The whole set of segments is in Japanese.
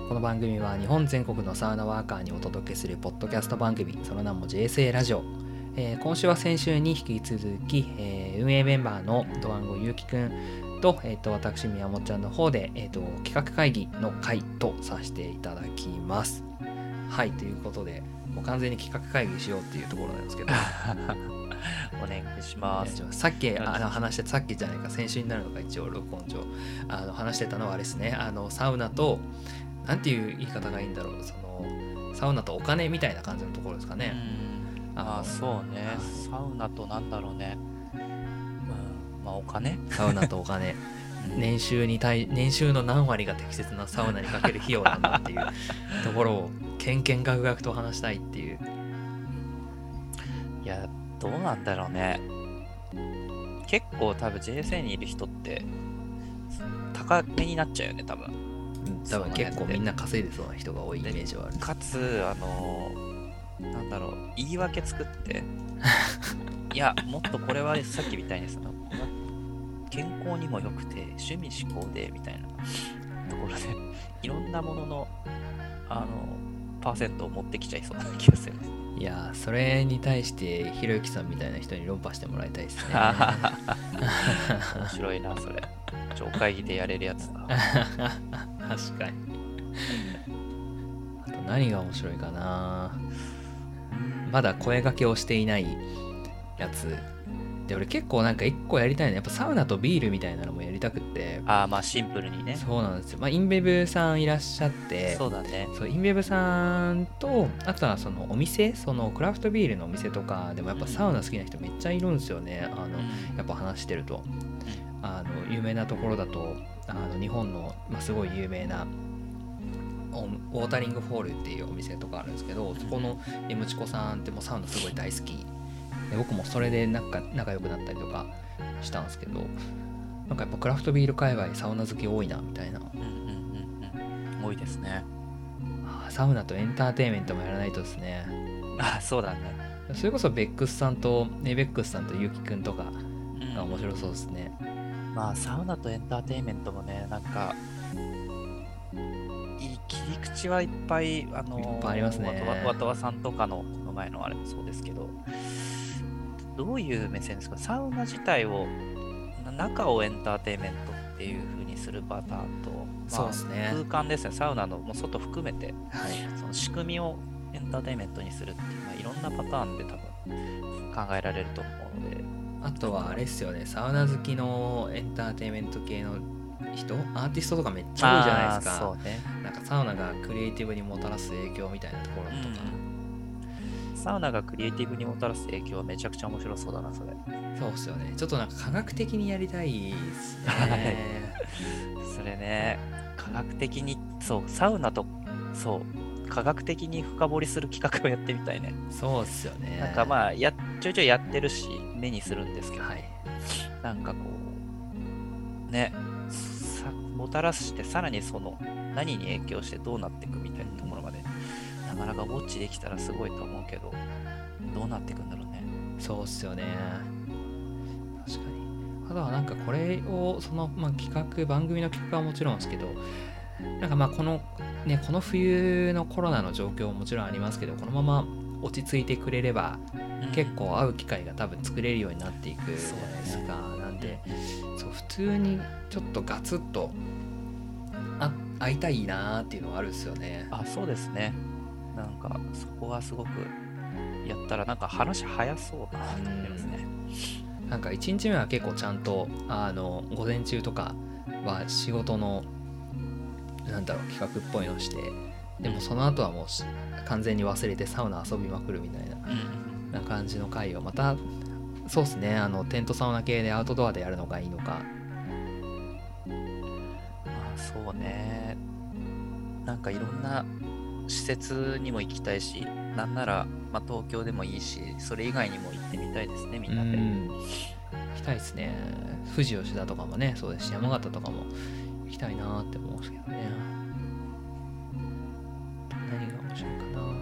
この番組は日本全国のサウナワーカーにお届けするポッドキャスト番組、その名も JSA ラジオ。今週は先週に引き続き、運営メンバーのドワンゴゆうきくんと、私宮本ちゃんの方で、企画会議の会とさせていただきます。はい、ということでもう完全に企画会議しようっていうところなんですけどお願いします。 さっき話してさっきじゃないか先週になるのか一応録音上話してたのはあれですね、サウナとなんていう言い方がいいんだろう、そのサウナとお金みたいな感じのところですかね。 そうね、サウナとなんだろうね、お金、 サウナとお金年収の何割が適切なサウナにかける費用なんだっていうところをけんけんがくがくと話したいっていう。 いやどうなんだろうね。結構多分 JSA にいる人って高めになっちゃうよね多分結構みんな稼いでそうな人が多いイメージはある。 かつなんだろう、言い訳作っていやもっとこれはさっきみたいに健康にも良くて趣味嗜好でみたいなところでいろんなもののパーセントを持ってきちゃいそうな気がするね。 いやそれに対してひろゆきさんみたいな人に論破してもらいたいですね面白いなそれ、超会議でやれるやつだ確かに。あと何が面白いかな、まだ声掛けをしていないやつで、俺結構なんか一個やりたいのやっぱサウナとビールみたいなのもやりたくって。 シンプルにね。 そうなんですよ。インベブさんいらっしゃって、 そうだね。 そうインベブさんとあとはそのお店、そのクラフトビールのお店とかでもやっぱサウナ好きな人めっちゃいるんですよね。やっぱ話してると有名なところだと日本の、すごい有名なウォータリングホールっていうお店とかあるんですけど、そこのMチコさんってもうサウナすごい大好きで、僕もそれで仲良くなったりとかしたんですけど、なんかやっぱクラフトビール界隈サウナ好き多いなみたいな。 多いですね。 サウナとエンターテインメントもやらないとですね。 そうだね。 それこそベックスさんとベックスさんとゆうきくんとかが面白そうですね。 サウナとエンターテインメントもね、なんか切り口はいっぱいいっぱいありますね。 わたわさんとかのこの前のあれもそうですけど、どういう目線ですか。サウナ自体を中をエンターテインメントっていう風にするパターンと、 そうですね、 空間ですね、サウナのもう外含めて、その仕組みをエンターテインメントにするっていう、いろんなパターンで多分考えられると思うので、 あとはあれですよね、サウナ好きのエンターテインメント系の人、アーティストとかめっちゃ多いじゃないですか。 そうね、 なんかサウナがクリエイティブにもたらす影響みたいなところとか、 サウナがクリエイティブにもたらす影響はめちゃくちゃ面白そうだなそれ。 そうっすよね。ちょっとなんか科学的にやりたいですねそれね、科学的に、そうサウナと科学的に深掘りする企画をやってみたいね。 そうっすよね。 なんかちょいちょいやってるし目にするんですけど、なんかこうね、もたらしてさらにその何に影響してどうなっていくみたいなところまでなかなかウォッチできたらすごいと思うけど、どうなっていくんだろうね。 そうっすよね。確かに。あとはなんかこれをその、番組の企画はもちろんですけど、なんかこの冬のコロナの状況ももちろんありますけど、このまま落ち着いてくれれば、結構会う機会が多分作れるようになっていくじゃないですか。なんで普通にちょっとガツッと会いたいなーっていうのはあるんですよね。 そうですね。なんかそこはすごくやったらなんか話早そうだなと思いますね。 なんか1日目は結構ちゃんと午前中とかは仕事の企画っぽいのして、でもその後はもう完全に忘れてサウナ遊びまくるみたいな感じの回をまた、そうですね、テントサウナ系でアウトドアでやるのがいいのか。 そうね、なんかいろんな施設にも行きたいし、なんなら、東京でもいいし、それ以外にも行ってみたいですね、みんなで。 行きたいですね。富士吉田とかもね、そうですし、山形とかも行きたいなって思うんですけどね。何が面白いか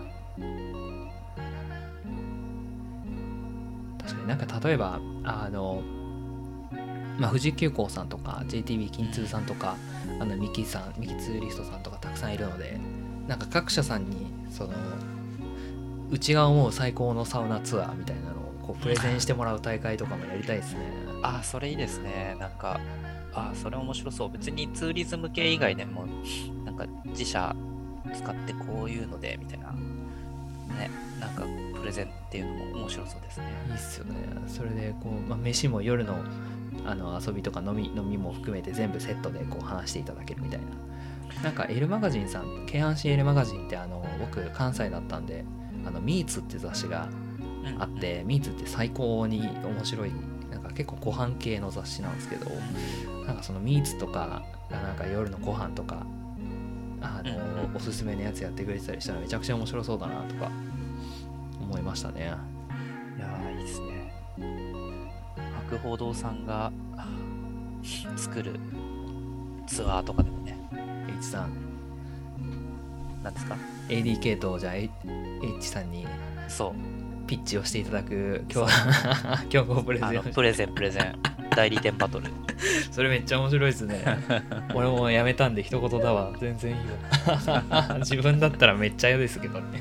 な。確かになんか例えば富士急行さんとか JTB 金通さんとかミキツーリストさんとかたくさんいるので、なんか各社さんにそのうちが思う最高のサウナツアーみたいなのをこうプレゼンしてもらう大会とかもやりたいですね。 あ、それいいですね。なんか、それ面白そう。別にツーリズム系以外でも、なんか自社使ってこういうので、みたいな、ね、なんかプレゼンっていうのも面白そうですね。 いいっすよね。それでこう、飯も夜の遊びとか飲みも含めて全部セットでこう話していただけるみたいな。なんか L マガジンさん、京阪神 L マガジンって僕関西だったんで、ミーツって雑誌があって、ミーツって最高に面白い、なんか結構ご飯系の雑誌なんですけど、なんかそのミーツとかなんか夜のご飯とかおすすめのやつやってくれてたりしたらめちゃくちゃ面白そうだなとか思いましたね。 いやー、いいですね。博報堂さんが作るツアーとかでもね。 H さん、 なんですか？ ADK とじゃあ H さんにそう。 ピッチをしていただく競合プレゼンプレゼン代理店バトル。 それめっちゃ面白いですね。俺もやめたんで一言だわ。全然いいわ。自分だったらめっちゃ嫌ですけどね。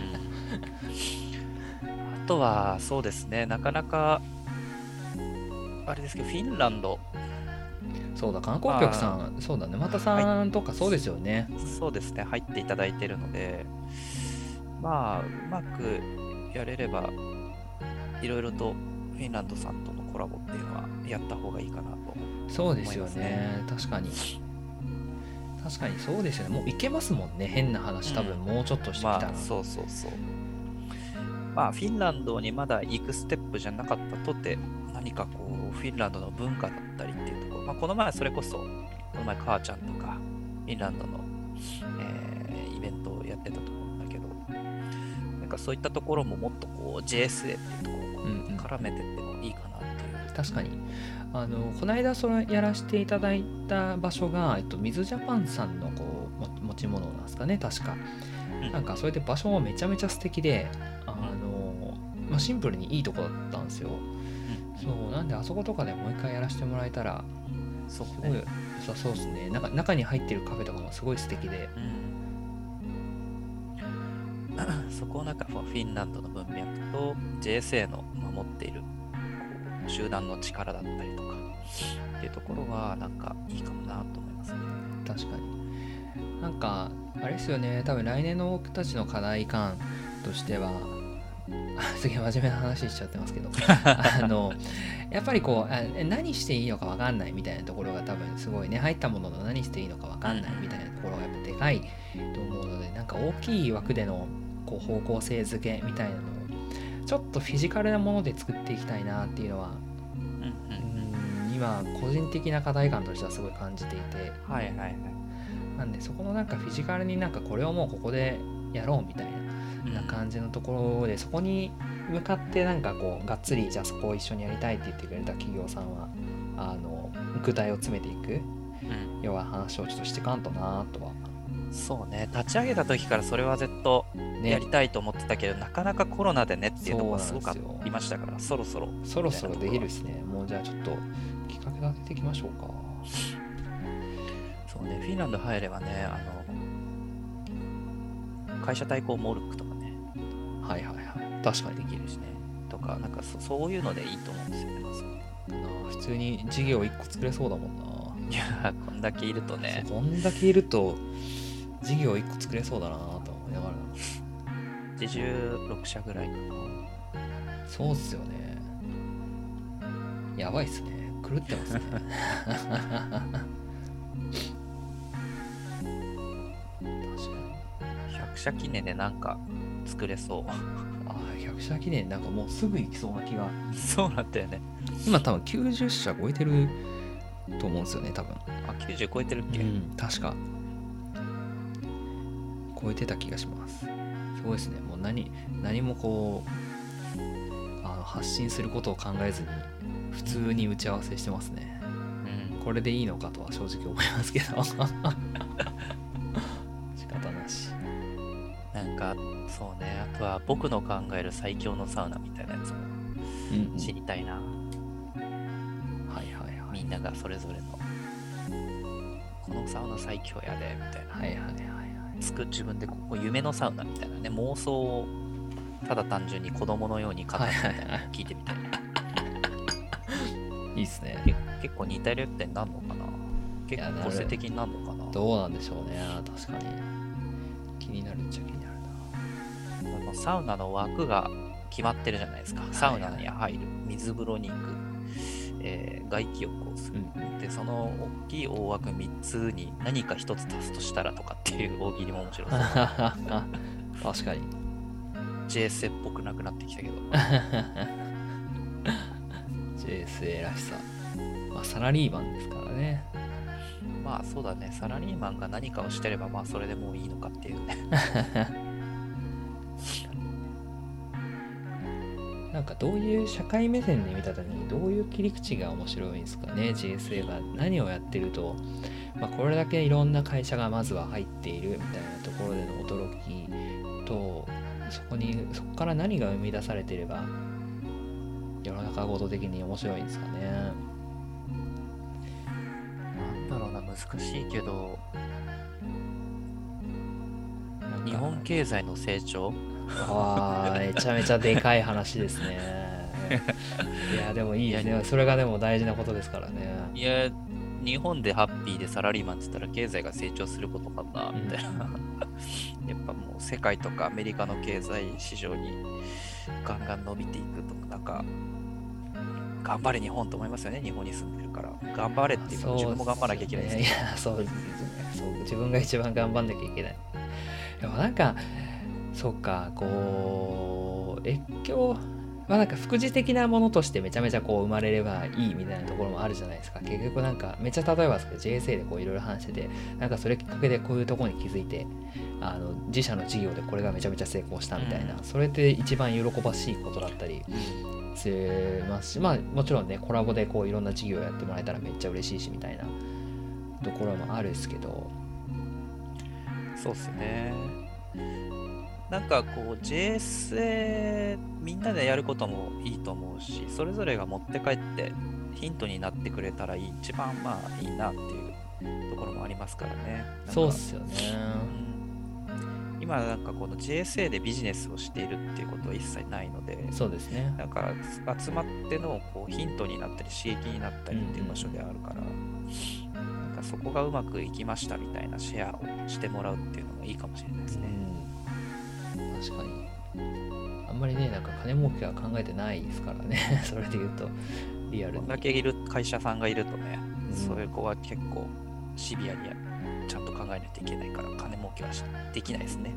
あとはそうですね、なかなかあれですけど、フィンランド、 そうだ、観光局さん、そうだね、又さんとかそうですよね。 そうですね、入っていただいているので、まあうまくやれればいろいろとフィンランドさんとのコラボっていうのはやった方がいいかなと思いますね。 そうですよね。確かにそうですよね。もういけますもんね。変な話、多分もうちょっとしてきたら、 そうそうそう。まあフィンランドにまだ行くステップじゃなかったとて、何かこうフィンランドの文化だったりっていうところ、この前それこそこの前母ちゃんとかフィンランドの、イベントをやってたと思うんだけど、なんかそういったところももっとこう JSA っていうところを絡めてってもいいかなっていう、 確かにこの間それやらせていただいた場所が、水ジャパンさんのこう持ち物なんですかね、確か。なんかそれで場所もめちゃめちゃ素敵で、シンプルにいいとこだったんですよ。そうなんであそことかでもう一回やらせてもらえたらすごい良さそうですね。なんか中に入ってるカフェとかもすごい素敵で、 そこをなんかフィンランドの文脈と JSA の持っているこう集団の力だったりとかっていうところはなんかいいかもなと思いますね。 確かに。なんかあれですよね、多分来年の僕たちの課題感としてはすげえ真面目な話しちゃってますけどやっぱりこう何していいのか分かんないみたいなところが多分すごいね、入ったものの何していいのか分かんないみたいなところがやっぱでかいと思うので、なんか大きい枠でのこう方向性づけみたいなのをちょっとフィジカルなもので作っていきたいなっていうのは、今個人的な課題感としてはすごい感じていて、なんでそこのなんかフィジカルになんかこれをもうここでやろうみたいな感じのところで、そこに向かってなんかこうがっつりじゃあそこを一緒にやりたいって言ってくれた企業さんは具体を詰めていく、要は話をちょっとしてかんとなとは。 そうね、立ち上げた時からそれはずっとやりたいと思ってたけど、なかなかコロナでねっていうところがすごくありましたから、そろそろできるですね。もうじゃあちょっと企画立てていきましょうか。 そうね、フィンランド入ればね、会社対抗モルックとかね、 確かにできるしね、とか、なんかそういうのでいいと思うんですよね、 普通に事業1個作れそうだもんな。 いや、こんだけいるとね。 こんだけいると事業1個作れそうだなと思いながら。 16社ぐらいかな。 そうっすよね。やばいっすね。狂ってますね。 100社記念でなんか作れそう。 100社記念なんかもうすぐ行きそうな気が。 そうなんだよね。 今多分90社超えてると思うんですよね、多分。 90超えてるっけ？ 確か。超えてた気がします。すごいですね。もう何もこう発信することを考えずに普通に打ち合わせしてますね。これでいいのかとは正直思いますけど。仕方なし。 なんかそうね、あとは僕の考える最強のサウナみたいなやつも知りたいな。みんながそれぞれのこのサウナ最強やでみたいな、 はいはいはいはい。 自分でここ夢のサウナみたいなね、妄想をただ単純に子供のように語るみたいなのを聞いてみたい。 いいっすね。 結構似たよってなんのかな、結構個性的になるのかな。 どうなんでしょうね。確かに気になるっちゃ気になるな。 サウナの枠が決まってるじゃないですか。サウナに入る、水風呂に行く、外気浴をする、でその大きい大枠3つに何か1つ足すとしたらとかっていう大喜利も面白そう。確かに JSA っぽくなくなってきたけど JSA らしさ、まあサラリーマンですからね。 まあそうだね、サラリーマンが何かをしてればまあそれでもういいのかっていうねなんかどういう社会目線で見た時にどういう切り口が面白いんですかね。 JSA が何をやってると、まあ、これだけいろんな会社がまずは入っているみたいなところでの驚きと、そこから何が生み出されていれば世の中ごと的に面白いんですかね。 なんだろうな、難しいけど、日本経済の成長、 めちゃめちゃでかい話ですねいやでもいいですね。それがでも大事なことですからね。 いや、日本でハッピーでサラリーマンって言ったら経済が成長することかなみたいな、やっぱもう世界とかアメリカの経済市場にガンガン伸びていくとか、なんか頑張れ日本と思いますよね。日本に住んでるから頑張れっていうか、自分も頑張らなきゃいけないですね。 いやそうですね。そう、自分が一番頑張んなきゃいけない。でもなんかそうか、こう越境はなんか副次的なものとしてめちゃめちゃこう生まれればいいみたいなところもあるじゃないですか。結局なんかめっちゃ例えばですけど JSA でこういろいろ話してて、なんかそれきっかけでこういうところに気づいて、自社の事業でこれがめちゃめちゃ成功したみたいな、それって一番喜ばしいことだったりしますし、まあもちろんねコラボでこういろんな事業やってもらえたらめっちゃ嬉しいしみたいなところもあるんですけど。 そうっすね。なんかこう JSA みんなでやることもいいと思うし、それぞれが持って帰ってヒントになってくれたら一番まあいいなっていうところもありますからね。 そうっすよね。 今なんかこの JSA でビジネスをしているっていうことは一切ないので、 そうですね。 なんか集まってのこうヒントになったり刺激になったりっていう場所であるから、なんかそこがうまくいきましたみたいなシェアをしてもらうっていうのもいいかもしれないですね。 確かに。あんまりね、なんか金儲けは考えてないですからね。それで言うとリアルに。 こんだけいる会社さんがいるとね、そういう子は結構シビアにちゃんと考えないといけないから金儲けはできないですね。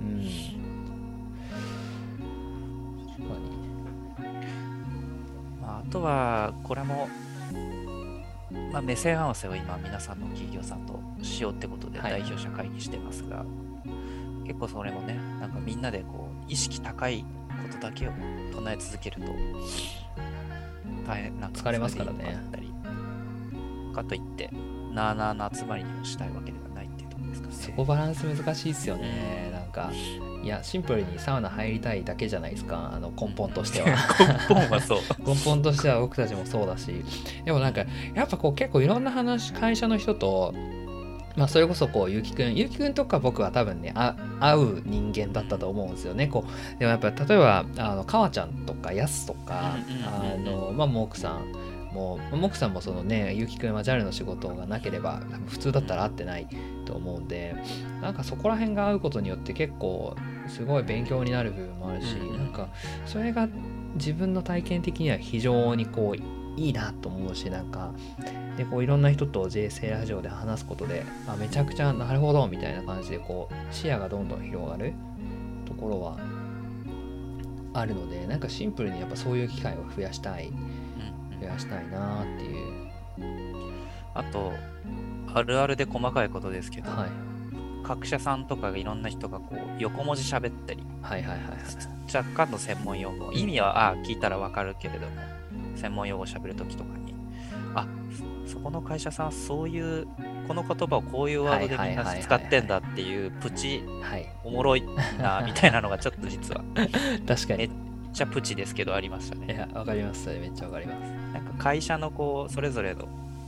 まあ、あとはこれも、まあ、目線合わせを今皆さんの企業さんとしようってことで代表者会議してますが、結構それもね、なんかみんなでこう意識高いことだけを唱え続けると大変なんか疲れますからね。 かといってなあなあな集まりにもしたいわけではないっていうところですかね。 そこバランス難しいですよね。なんかいやシンプルにサウナ入りたいだけじゃないですか。根本としては根本はそう根本としては僕たちもそうだし、でもなんかやっぱこう結構いろんな会社の人と、まあそれこそこうゆうきくんとか僕は多分ね会う人間だったと思うんですよね。こうでもやっぱ例えばかわちゃんとかやすとかまあモークさんもモクさんもそのね、ゆうきくんは JAL の仕事がなければ普通だったら会ってないと思うんで、なんかそこら辺が会うことによって結構すごい勉強になる部分もあるし、なんかそれが自分の体験的には非常にこういいなと思うし、なんかでこういろんな人と JSA ラジオで話すことでめちゃくちゃなるほどみたいな感じでこう視野がどんどん広がるところはあるので、なんかシンプルにやっぱそういう機会を増やしたいなっていう。 あとあるあるで細かいことですけど、 はい、 各社さんとかいろんな人がこう横文字喋ったり、若干の専門用語、意味は聞いたらわかるけれども、専門用語喋るときとかに、そこの会社さんはそういうこの言葉をこういうワードでみんな使ってんだっていうプチおもろいなみたいなのがちょっと実は確かにめっちゃプチですけどありましたね。 いや、わかります。めっちゃわかります。 なんか会社のこうそれぞれの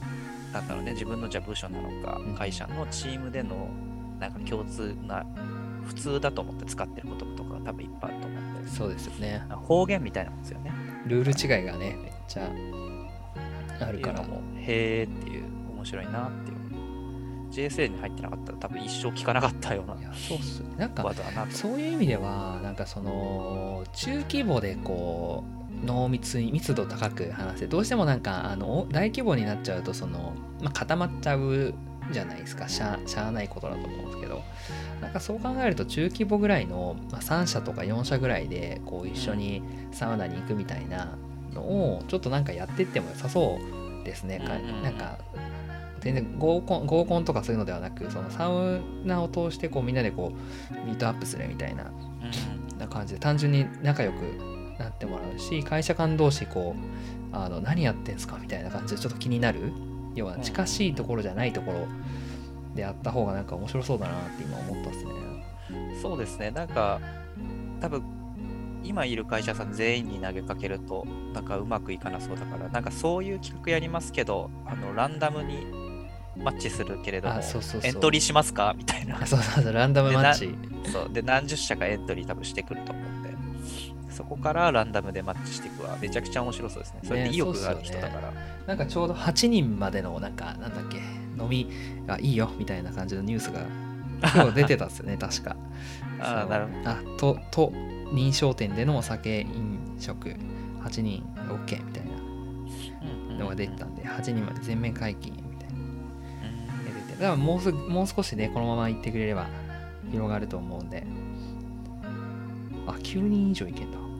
なんだろうね、自分のじゃあ部署なのかうん会社のチームでのなんか共通な普通だと思って使ってる言葉とかが多分いっぱいあると思うんで、 そうですよね。 方言みたいなんですよね。 ルール違いがね、めっちゃあるから。 っていうのもへーっていう面白いなっていう。JSA に入ってなかったら多分一生聞かなかったようないや、そうっす。なんかワードだなと。 そういう意味では、なんかその中規模でこう濃密に密度高く話せ、どうしてもなんか大規模になっちゃうとその、固まっちゃうじゃないですか。しゃあないことだと思うんですけど、なんかそう考えると中規模ぐらいの、3社とか4社ぐらいでこう一緒にサウナに行くみたいなのをちょっとなんかやっていっても良さそうですね。なんか全然合コンとかそういうのではなく、そのサウナを通してこうみんなでこうミートアップするみたいな感じで単純に仲良くなってもらうし、会社間同士こう何やってんすかみたいな感じでちょっと気になるような近しいところじゃないところでやった方がなんか面白そうだなって今思ったっすね。 そうですね。なんか多分今いる会社さん全員に投げかけるとなんかうまくいかなそうだから、なんかそういう企画やりますけど、ランダムにマッチするけれども、エントリーしますかみたいな。 そうランダムマッチ。 そうで何十社かエントリー多分してくると思うんで、そこからランダムでマッチしていくはめちゃくちゃ面白そうですね。それで意欲がある人だから。 なんかちょうど8人までのなんかなんだっけ飲みがいいよみたいな感じのニュースが今日出てたっすよね確か。 なるほど。 と認証店でのお酒飲食8人 OK みたいなのが出てたんで、8人まで全面解禁みたいな出てて、だからもう少しねこのまま行ってくれれば広がると思うんで、9人以上いけんだ。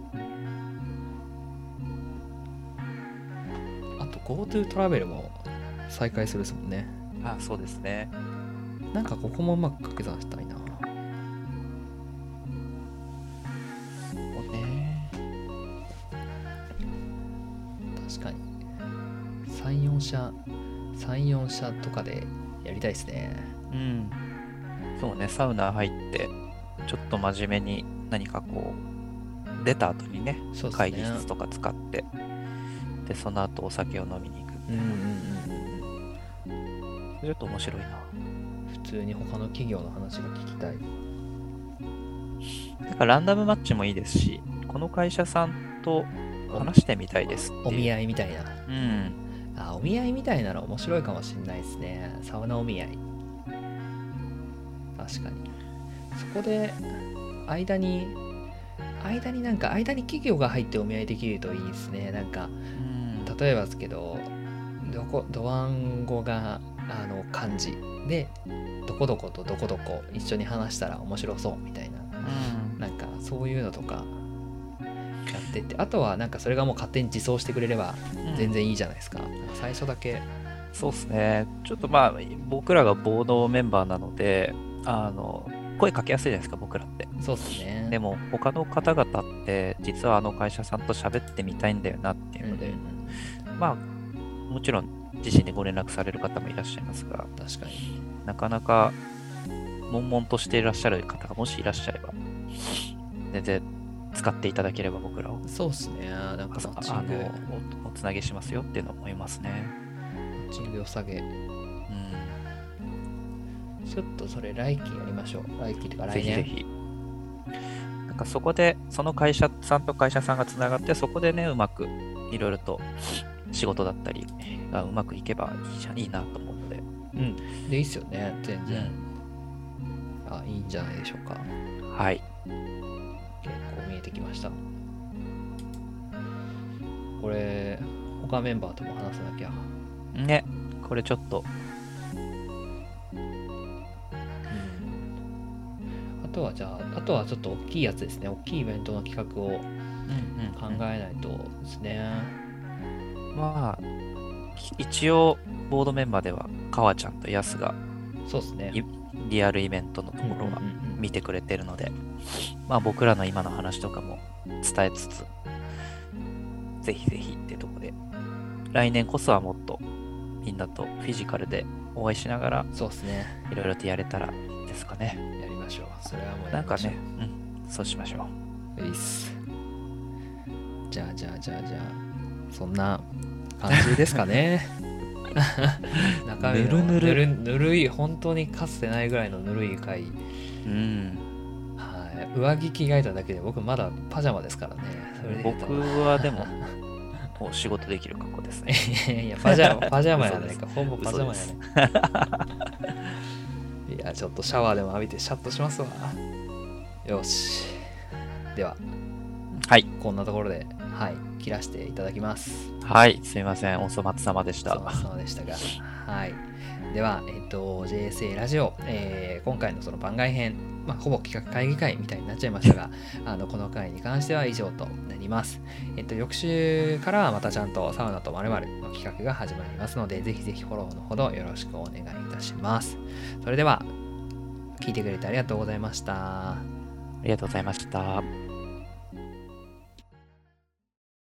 あと GoTo トラベルも再開するですもんね。 そうですね。 なんかここもうまく掛け算したいな。 そうね。 確かに3、4社とかでやりたいですね。 そうね、サウナ入ってちょっと真面目に何かこう出た後にね、会議室とか使ってでその後お酒を飲みに行く。ちょっと面白いな。 普通に他の企業の話が聞きたい。 なんかランダムマッチもいいですし、この会社さんと話してみたいですって。 お見合いみたいな。お見合いみたいなの面白いかもしれないですね。サウナお見合い。確かに。そこで間に企業が入ってお見合いできるといいですね。なんか例えばですけど、ドワンゴが漢字でどこどことどこどこ一緒に話したら面白そうみたいな、なんかそういうのとかやってって、あとはなんかそれがもう勝手に自走してくれれば全然いいじゃないですか。最初だけ。 そうですね。ちょっと僕らがボードメンバーなので声かけやすいじゃないですか、僕らって。 そうですね。 でも他の方々って実は会社さんと喋ってみたいんだよなっていうので、もちろん自身でご連絡される方もいらっしゃいますが、 確かになかなか悶々としていらっしゃる方がもしいらっしゃれば全然使っていただければ僕らをそうですね。なんかマッチングおつなげしますよっていうのを思いますね。 マッチング良さげ。ちょっとそれ来期やりましょう。来期とか来年。 ぜひ。なんかそこでその会社さんと会社さんがつながって、そこでねうまくいろいろと仕事だったりがうまくいけばいいなと思うので。 でいいっすよね。全然。いいんじゃないでしょうか。 はい。 結構見えてきました。これ他メンバーとも話さなきゃ。 ね、これちょっと。 あとはちょっと大きいやつですね。大きいイベントの企画を考えないとですね。 一応ボードメンバーでは川ちゃんとヤスがそうですね。 リアルイベントのところは見てくれてるので、僕らの今の話とかも伝えつつ、ぜひぜひってとこで来年こそはもっとみんなとフィジカルでお会いしながら、 そうですね。 いろいろとやれたらですかね。 やりましょう。それはもうなんかね、そうしましょう。いいっす。じゃあそんな感じですかね。 中身のぬるぬるい、本当にかつてないぐらいのぬるい回。 うん。 はい。上着着替えただけで僕まだパジャマですからね。それで言うと僕はでも、もう仕事できる格好ですね。 いや、パジャマやないか。ほぼパジャマ嘘やね。いや、ちょっとシャワーでも浴びてシャッとしますわ。よし。では、 はい。 こんなところで、はい、切らしていただきます。 はい。すいません。お粗末様でした。 そうでしたが。はい。では、JSA ラジオ、今回のその番外編、ほぼ企画会議会みたいになっちゃいましたが、この回に関しては以上となります。翌週からはまたちゃんとサウナと〇〇の企画が始まりますので、ぜひぜひフォローのほどよろしくお願いいたします。それでは、聞いてくれてありがとうございました。 ありがとうございました。